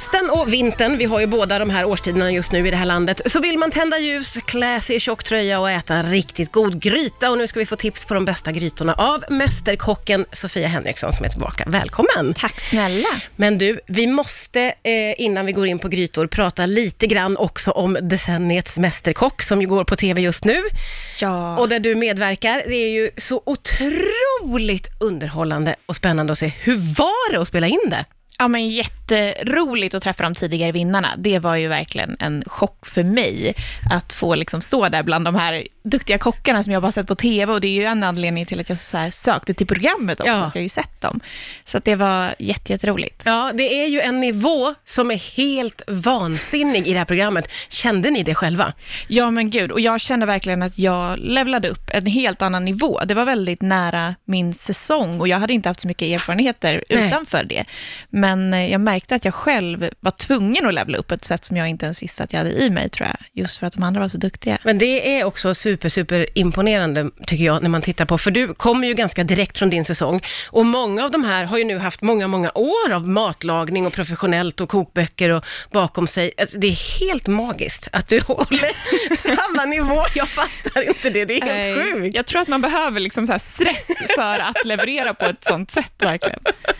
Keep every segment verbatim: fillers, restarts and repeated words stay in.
hösten och vintern, vi har ju båda de här årstiderna just nu i det här landet, så vill man tända ljus, klä sig i tjocktröja och äta en riktigt god gryta. Och nu ska vi få tips på de bästa grytorna av mästerkocken Sofia Henriksson som är tillbaka. Välkommen! Tack snälla! Men du, vi måste eh, innan vi går in på grytor prata lite grann också om decenniets mästerkock som ju går på tv just nu. Ja. Och där du medverkar. Det är ju så otroligt underhållande och spännande att se. Hur var det att spela in det? Ja, men jätteroligt att träffa de tidigare vinnarna. Det var ju verkligen en chock för mig att få liksom stå där bland de här duktiga kockarna som jag bara sett på tv. Och det är ju en anledning till att jag så här sökte till programmet också, ja. Att jag har ju sett dem. Så att det var jätte, jätteroligt. Ja, det är ju en nivå som är helt vansinnig i det här programmet. Kände ni det själva? Ja, men gud. Och jag kände verkligen att jag levlade upp en helt annan nivå. Det var väldigt nära min säsong och jag hade inte haft så mycket erfarenheter Nej. utanför det. Men jag märkte att jag själv var tvungen att levla upp ett sätt som jag inte ens visste att jag hade i mig, tror jag. Just för att de andra var så duktiga. Men det är också super, super imponerande, tycker jag, när man tittar på. För du kommer ju ganska direkt från din säsong. Och många av de här har ju nu haft många, många år av matlagning och professionellt och kokböcker och bakom sig. Alltså, det är helt magiskt att du håller samma nivå. Jag fattar inte det. Det är helt Nej, sjukt. Jag tror att man behöver liksom så här stress för att leverera på ett sånt sätt, verkligen.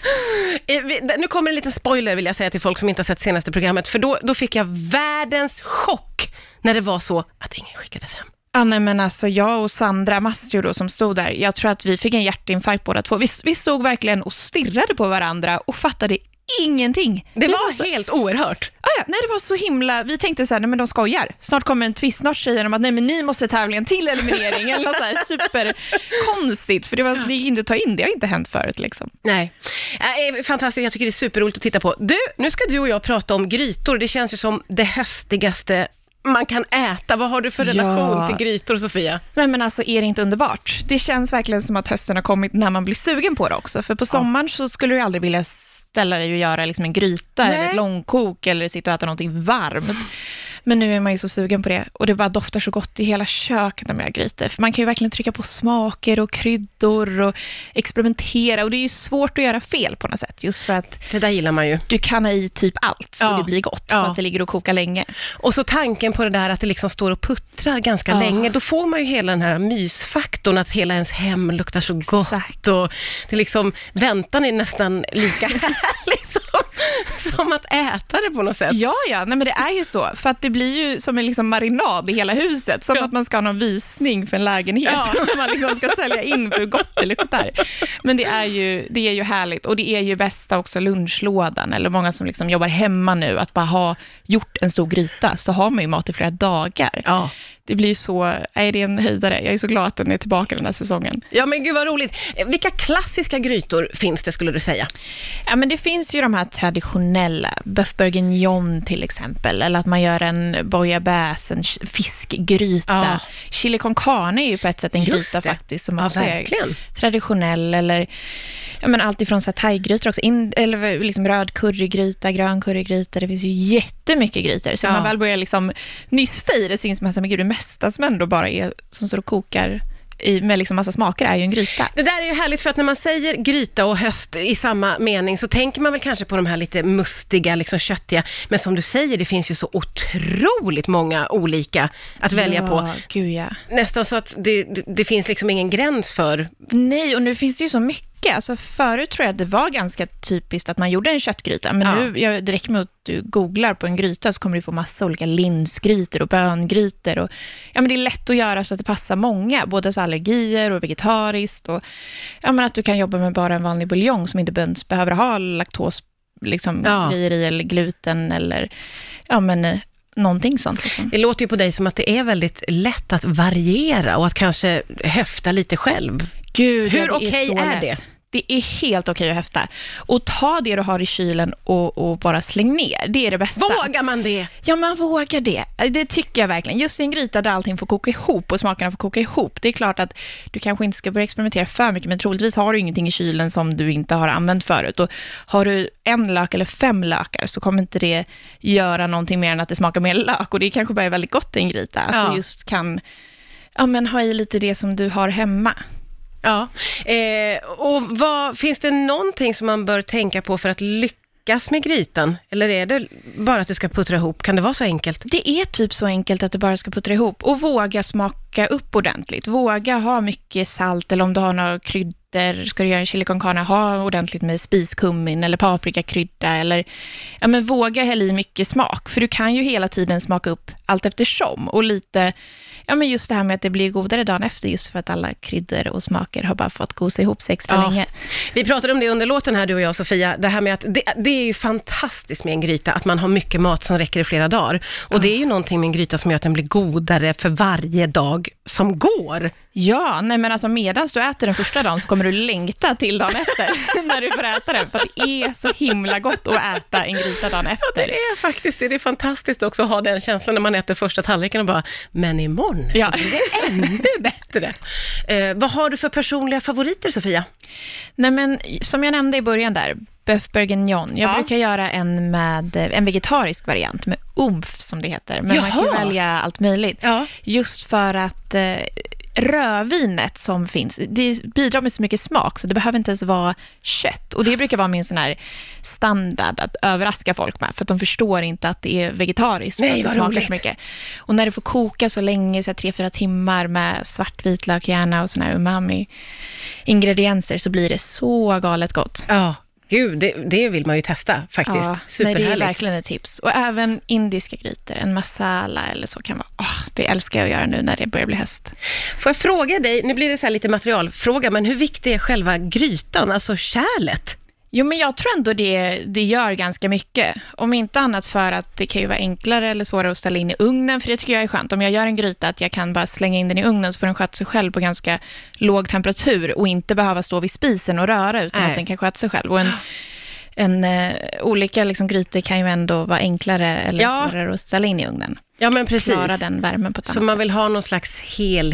Nu kommer en liten spoiler, vill jag säga till folk som inte har sett senaste programmet. För då, då fick jag världens chock när det var så att ingen skickades hem. Ja, nej, men alltså jag och Sandra Mastro då, som stod där, jag tror att vi fick en hjärtinfarkt båda två. Vi, vi stod verkligen och stirrade på varandra och fattade ingenting. Det, det var, var så... helt oerhört. Ah, ja, nej, det var så himla... Vi tänkte så här, nej men de skojar. Snart kommer en twist, snart säger de att nej men ni måste tävla en till eliminering. Eller något så här superkonstigt. För det, var, det gick inte att ta in, det har inte hänt förut liksom. Nej, äh, fantastiskt, jag tycker det är superroligt att titta på. Du, nu ska du och jag prata om grytor. Det känns ju som det höstigaste man kan äta. Vad har du för relation ja. till grytor, Sofia? Nej, men alltså, är det inte underbart? Det känns verkligen som att hösten har kommit när man blir sugen på det också. För på sommaren ja. så skulle du aldrig vilja ställa dig och göra liksom en gryta Nej. eller ett långkok eller sitta och äta någonting varmt. Men nu är man ju så sugen på det. Och det bara doftar så gott i hela köket när man gör grytor. För man kan ju verkligen trycka på smaker och kryddor och experimentera. Och det är ju svårt att göra fel på något sätt. Just för att det där gillar man ju. Du kan ha i typ allt så ja. det blir gott. Ja. För att det ligger och kokar länge. Och så tanken på det där att det liksom står och puttrar ganska ja. länge. Då får man ju hela den här mysfaktorn att hela ens hem luktar så Exakt. gott. Och det liksom, väntan är nästan lika härlig som, som att äta det på något sätt. Ja, ja. Nej, men det är ju så. För att det blir ju som en liksom marinad i hela huset. Som ja. att man ska ha någon visning för en lägenhet. Ja. man liksom ska sälja in hur gott det luktar. Men det är, ju, det är ju härligt. Och det är ju bästa också lunchlådan. Eller många som liksom jobbar hemma nu. Att bara ha gjort en stor gryta. Så har man ju mat i flera dagar. Ja. Det blir så, är det en höjdare. Jag är så glad att den är tillbaka den här säsongen. Ja, men gud vad roligt. Vilka klassiska grytor finns det, skulle du säga? Ja, men det finns ju de här traditionella. Bœuf bourguignon till exempel. Eller att man gör en bouillabaisse, en fiskgryta. Ja. Chili con carne är ju på ett sätt en gryta faktiskt. Som ja, också verkligen. är traditionell. Eller ja, men allt ifrån så här thaigrytor också. In, eller liksom röd currygryta, grön currygryta. Det finns ju jättemycket grytor. Så ja. man väl börjar liksom nysta i det så inser man att det mesta som ändå bara är som står och kokar i, med liksom massa smaker är ju en gryta. Det där är ju härligt för att när man säger gryta och höst i samma mening så tänker man väl kanske på de här lite mustiga, liksom köttiga. Men som du säger, det finns ju så otroligt många olika att välja ja, på. Gud ja. Nästan så att det, det, det finns liksom ingen gräns för... Nej, och nu finns det ju så mycket. Alltså förut tror jag att det var ganska typiskt att man gjorde en köttgryta. Men ja. nu, jag, det räcker med att du googlar på en gryta så kommer du få massa olika linsgrytor och böngrytor. Och, ja, men det är lätt att göra så att det passar många. Både så allergier och vegetariskt. Och, ja, men att du kan jobba med bara en vanlig buljong som inte behöver ha laktos liksom, ja. grejer i eller gluten eller ja men... någonting sånt liksom. Det låter ju på dig som att det är väldigt lätt att variera och att kanske höfta lite själv. Gud, hur ja, okej okay är, är det? Det är helt okej att höfta. Och ta det du har i kylen och, och bara släng ner. Det är det bästa. Vågar man det? Ja, man vågar det. Det tycker jag verkligen. Just i en gryta där allting får koka ihop och smakerna får koka ihop. Det är klart att du kanske inte ska börja experimentera för mycket, men troligtvis har du ingenting i kylen som du inte har använt förut. Och har du en lök eller fem lökar så kommer inte det göra någonting mer än att det smakar mer lök. Och det kanske bara är väldigt gott i en gryta. Att ja. du just kan ja, men ha i lite det som du har hemma. Ja, eh, och vad, finns det någonting som man bör tänka på för att lyckas lyckas med grytan? Eller är det bara att det ska puttra ihop? Kan det vara så enkelt? Det är typ så enkelt att det bara ska puttra ihop. Och våga smaka upp ordentligt. Våga ha mycket salt, eller om du har några kryddor, ska du göra en chili con carne, ha ordentligt med spiskummin eller paprikakrydda. Eller, ja, men våga hälla i mycket smak. För du kan ju hela tiden smaka upp allt eftersom. Och lite, ja, men just det här med att det blir godare dagen efter, just för att alla kryddor och smaker har bara fått gosa ihop sig extra ja. länge. Vi pratade om det under låten här, du och jag, Sofia. Det här med att det, det är ju fantastiskt med en gryta, att man har mycket mat som räcker i flera dagar. Och ja. det är ju någonting med en gryta som gör att den blir godare för varje dag som går. Ja, nej men alltså medan du äter den första dagen så kommer du längta till dagen efter när du får äta den. För att det är så himla gott att äta en gryta dagen efter. Ja, det är faktiskt det. Det är fantastiskt också att ha den känslan när man äter första tallriken och bara, men imorgon ja. blir det ännu bättre. Eh, vad har du för personliga favoriter, Sofia? Nej men som jag nämnde i början där, Bœuf bourguignon. Jag ja. brukar göra en med en vegetarisk variant med umf som det heter. Men Jaha. man kan välja allt möjligt. Ja. Just för att eh, rödvinet som finns, det bidrar med så mycket smak så det behöver inte ens vara kött. Och det brukar vara min sån här standard att överraska folk med, för att de förstår inte att det är vegetariskt. Nej, för att det smakar så mycket. Och när det får koka så länge, så tre fyra timmar med svart vitlök gärna och såna här umami ingredienser, så blir det så galet gott. Ja. Gud, det, det vill man ju testa faktiskt. Ja, superhärligt. Nej, det är verkligen ett tips. Och även indiska grytor, en masala eller så kan vara. Åh, det älskar jag att göra nu när det börjar bli höst. Får jag fråga dig, nu blir det så här lite materialfråga, men hur viktig är själva grytan, alltså kärlet? Jo, men jag tror ändå det, det gör ganska mycket. Om inte annat för att det kan ju vara enklare eller svårare att ställa in i ugnen. För det tycker jag är skönt. Om jag gör en gryta att jag kan bara slänga in den i ugnen, så får den sköta sig själv på ganska låg temperatur. Och inte behöva stå vid spisen och röra, utan Nej. att den kan sköta sig själv. Och en, en, uh, olika liksom, grytor kan ju ändå vara enklare eller ja. svårare att ställa in i ugnen. Ja, men precis. Klara den värmen på ett Så annat man vill sätt. ha någon slags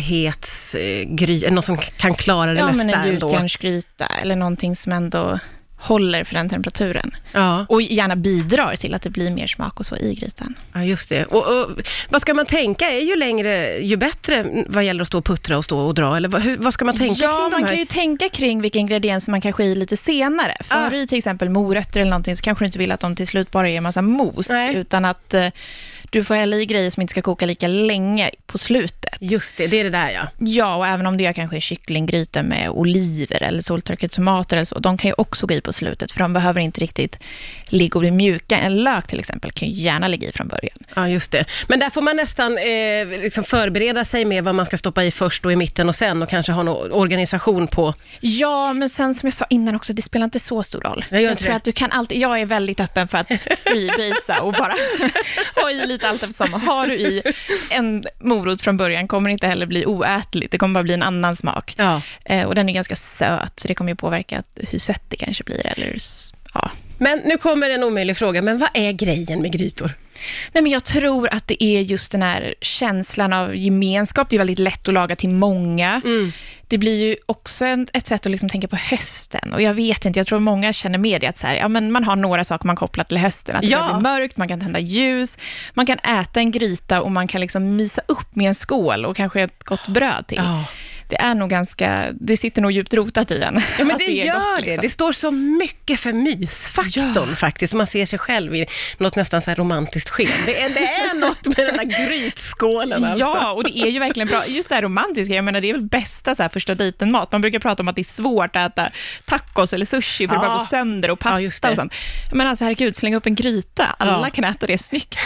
helhetsgry, eh, någon som kan klara det ja, mesta ändå. Ja, men en gjutjärnsgryta eller någonting som ändå håller för den temperaturen. Ja. Och gärna bidrar till att det blir mer smak och så i grytan. Ja, just det. Och, och vad ska man tänka? Är ju längre, ju bättre vad gäller att stå och puttra och stå och dra? Eller vad, hur, vad ska man tänka ja, kring de här? Ja, man kan ju tänka kring vilka ingredienser man kanske i lite senare. För ah. i till exempel morötter eller någonting, så kanske du inte vill att de till slut bara är en massa mos. Nej. Utan att eh, du får hälla i grejer som inte ska koka lika länge på slutet. Just det, det är det där, ja. Ja, och även om du gör kanske en kycklinggryta med oliver eller soltorkade tomater eller så, de kan ju också gå i på slutet, för de behöver inte riktigt ligga och bli mjuka. En lök till exempel kan ju gärna ligga i från början. Ja, just det. Men där får man nästan eh, liksom förbereda sig med vad man ska stoppa i först och i mitten och sen, och kanske ha någon organisation på. Ja, men sen som jag sa innan också, det spelar inte så stor roll. Jag, jag tror det. att du kan alltid, jag är väldigt öppen för att freebasea och bara ha i lite allt eftersom. Har du i en morot från början kommer det inte heller bli oätligt. Det kommer bara bli en annan smak. Ja. Eh, och den är ganska söt, så det kommer ju påverka hur sött det kanske blir. Eller, ja. Men nu kommer en omöjlig fråga, men vad är grejen med grytor? Nej, men jag tror att det är just den här känslan av gemenskap. Det är väldigt lätt att laga till många. Mm. Det blir ju också en, ett sätt att liksom tänka på hösten. Och jag vet inte, jag tror många känner med det att så här, ja, men man har några saker man kopplar till hösten. Att det ja. blir mörkt, man kan tända ljus, man kan äta en gryta och man kan liksom mysa upp med en skål och kanske ett gott bröd till. Ja. Det är nog ganska, det sitter nog djupt rotat i en. Ja, men det, det gör gott, det. Liksom. Det står så mycket för mysfaktorn ja. faktiskt. Man ser sig själv i något nästan så här romantiskt sken. Det är, det är något med den här grytskålen alltså. Ja, och det är ju verkligen bra. Just det här romantiska, jag menar det är väl bästa så här första dejten-mat. Man brukar prata om att det är svårt att äta tacos eller sushi för ja. att bara gå sönder och pasta ja, och sånt. Men alltså herregud, slänga upp en gryta. Alla ja. kan äta det snyggt.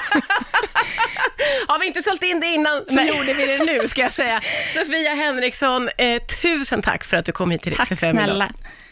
Har vi inte sålt in det innan så Nej. gjorde vi det nu, ska jag säga. Sofia Henriksson, eh, tusen tack för att du kom hit till Rix F M. Tack snälla.